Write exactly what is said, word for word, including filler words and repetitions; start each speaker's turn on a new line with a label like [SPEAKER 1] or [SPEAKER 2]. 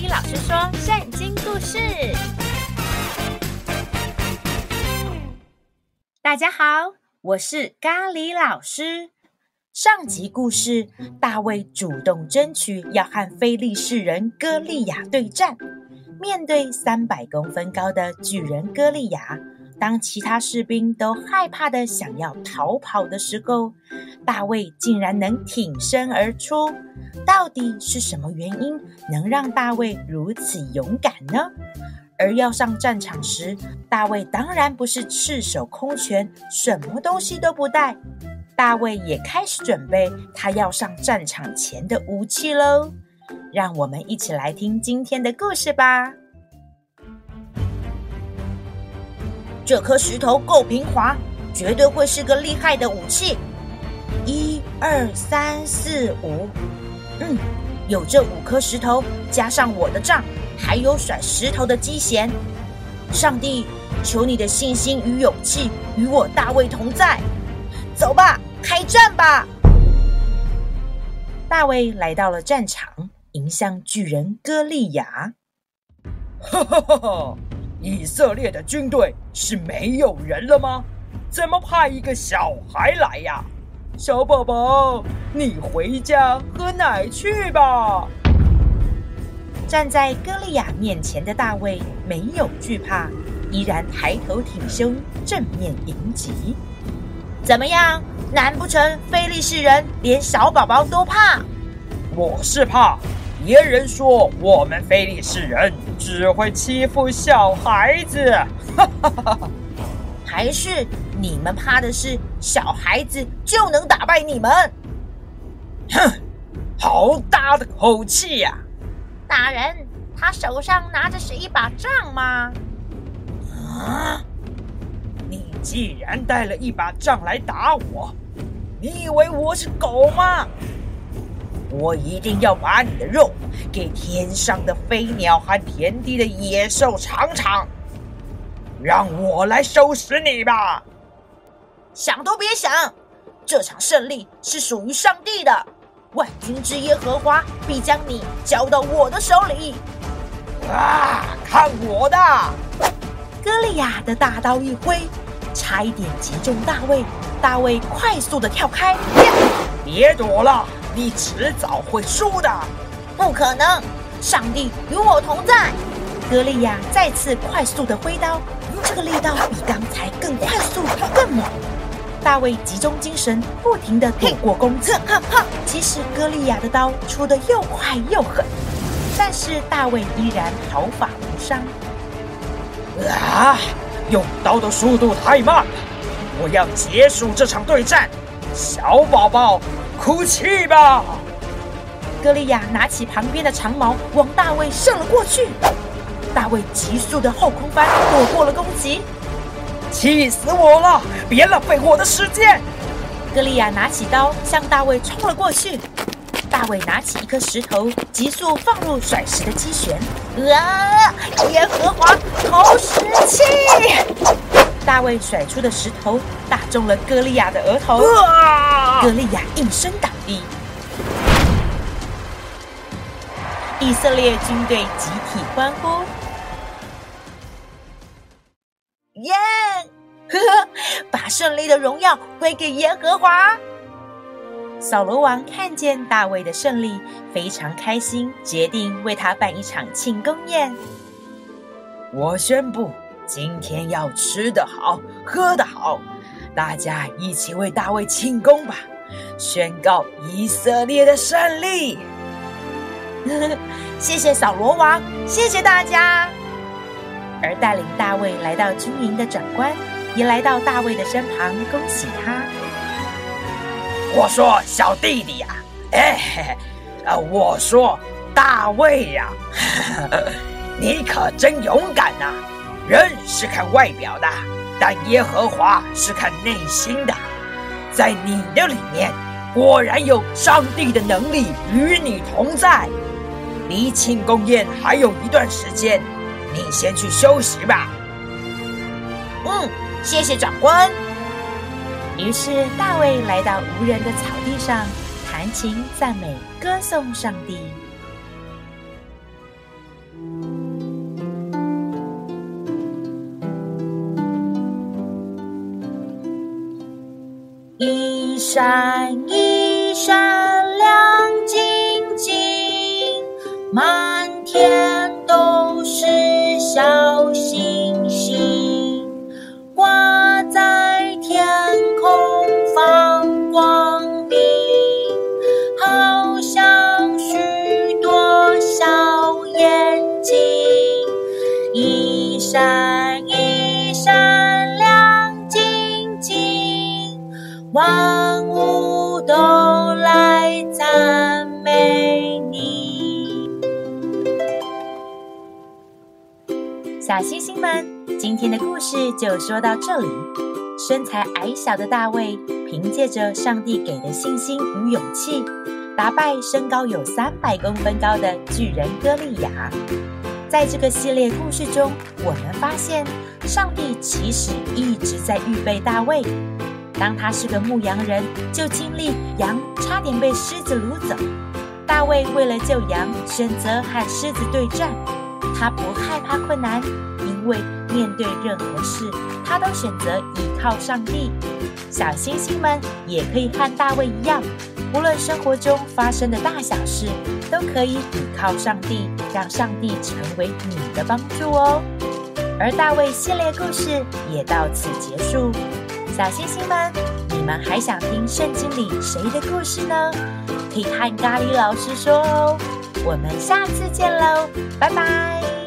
[SPEAKER 1] 喱老师说圣经故事。大家好，我是咖喱老师。上集故事，大卫主动争取要和非利士人歌利亚对战。面对三百公分高的巨人歌利亚，当其他士兵都害怕的想要逃跑的时候，大卫竟然能挺身而出。到底是什么原因能让大卫如此勇敢呢？而要上战场时，大卫当然不是赤手空拳，什么东西都不带。大卫也开始准备他要上战场前的武器咯。让我们一起来听今天的故事吧。这颗石头够平滑，绝对会是个厉害的武器。一二三四五，嗯，有这五颗石头，加上我的杖，还有甩石头的机弦。上帝，求你的信心与勇气与我大卫同在。走吧，开战吧！大卫来到了战场，迎向巨人歌利亚。
[SPEAKER 2] 哈哈哈哈！以色列的军队是没有人了吗？怎么派一个小孩来呀？小宝宝，你回家喝奶去吧。
[SPEAKER 1] 站在歌利亚面前的大卫没有惧怕，依然抬头挺胸，正面迎击。怎么样？难不成非利士人连小宝宝都怕？
[SPEAKER 2] 我是怕，别人说我们非利士人只会欺负小孩子，哈哈哈哈。
[SPEAKER 1] 还是你们怕的是小孩子就能打败你们？
[SPEAKER 2] 哼，好大的口气呀！
[SPEAKER 1] 大人，他手上拿着是一把杖吗？
[SPEAKER 2] 啊！你既然带了一把杖来打我，你以为我是狗吗？我一定要把你的肉给天上的飞鸟和田地的野兽尝尝，让我来收拾你吧！
[SPEAKER 1] 想都别想，这场胜利是属于上帝的，万军之耶和华必将你交到我的手里。
[SPEAKER 2] 啊，看我的！
[SPEAKER 1] 歌利亚的大刀一挥，差一点击中大卫。大卫快速的跳开，
[SPEAKER 2] 别躲了，你迟早会输的。
[SPEAKER 1] 不可能，上帝与我同在。歌利亚再次快速的挥刀，这个力道比刚才更快速更猛。大卫集中精神，不停的躲过攻击。其实歌利亚的刀出得又快又狠，但是大卫依然毫发无伤。
[SPEAKER 2] 啊！用刀的速度太慢了，我要结束这场对战。小宝宝，哭泣吧！
[SPEAKER 1] 歌利亚拿起旁边的长矛往大卫射了过去。大卫急速的后空翻，躲过了攻击。
[SPEAKER 2] 气死我了！别浪费我的时间！
[SPEAKER 1] 歌利亚拿起刀向大卫冲了过去。大卫拿起一颗石头，急速放入甩石的机旋。啊！耶和华投石器！大卫甩出的石头打中了歌利亚的额头。
[SPEAKER 2] 啊！
[SPEAKER 1] 歌利亚应声倒地。以色列军队集体欢呼。耶！呵呵，把胜利的荣耀归给耶和华。扫罗王看见大卫的胜利，非常开心，决定为他办一场庆功宴。
[SPEAKER 2] 我宣布，今天要吃得好，喝得好，大家一起为大卫庆功吧，宣告以色列的胜利。
[SPEAKER 1] 谢谢扫罗王，谢谢大家。而带领大卫来到军营的长官也来到大卫的身旁，恭喜他。
[SPEAKER 2] 我说小弟弟呀、啊，哎，呃，我说大卫呀、啊，你可真勇敢呐、啊！人是看外表的，但耶和华是看内心的。在你的里面，果然有上帝的能力与你同在。离庆功宴还有一段时间，你先去休息吧。
[SPEAKER 1] 嗯，谢谢长官。于是大卫来到无人的草地上，弹琴赞美歌颂上帝。 闪一闪亮晶晶，满天都是小星星，挂在天空放光明，好像许多小眼睛，一闪一闪亮晶晶，万物都来赞美你。小星星们，今天的故事就说到这里。身材矮小的大卫，凭借着上帝给的信心与勇气，打败身高有三百公分高的巨人歌利亚。在这个系列故事中，我们发现上帝其实一直在预备大卫。当他是个牧羊人，就经历羊差点被狮子掳走。大卫为了救羊，选择和狮子对战。他不害怕困难，因为面对任何事，他都选择依靠上帝。小星星们也可以和大卫一样，无论生活中发生的大小事，都可以依靠上帝，让上帝成为你的帮助哦。而大卫系列故事也到此结束。小星星们，你们还想听圣经里谁的故事呢？可以和咖喱老师说哦。我们下次见喽，拜拜。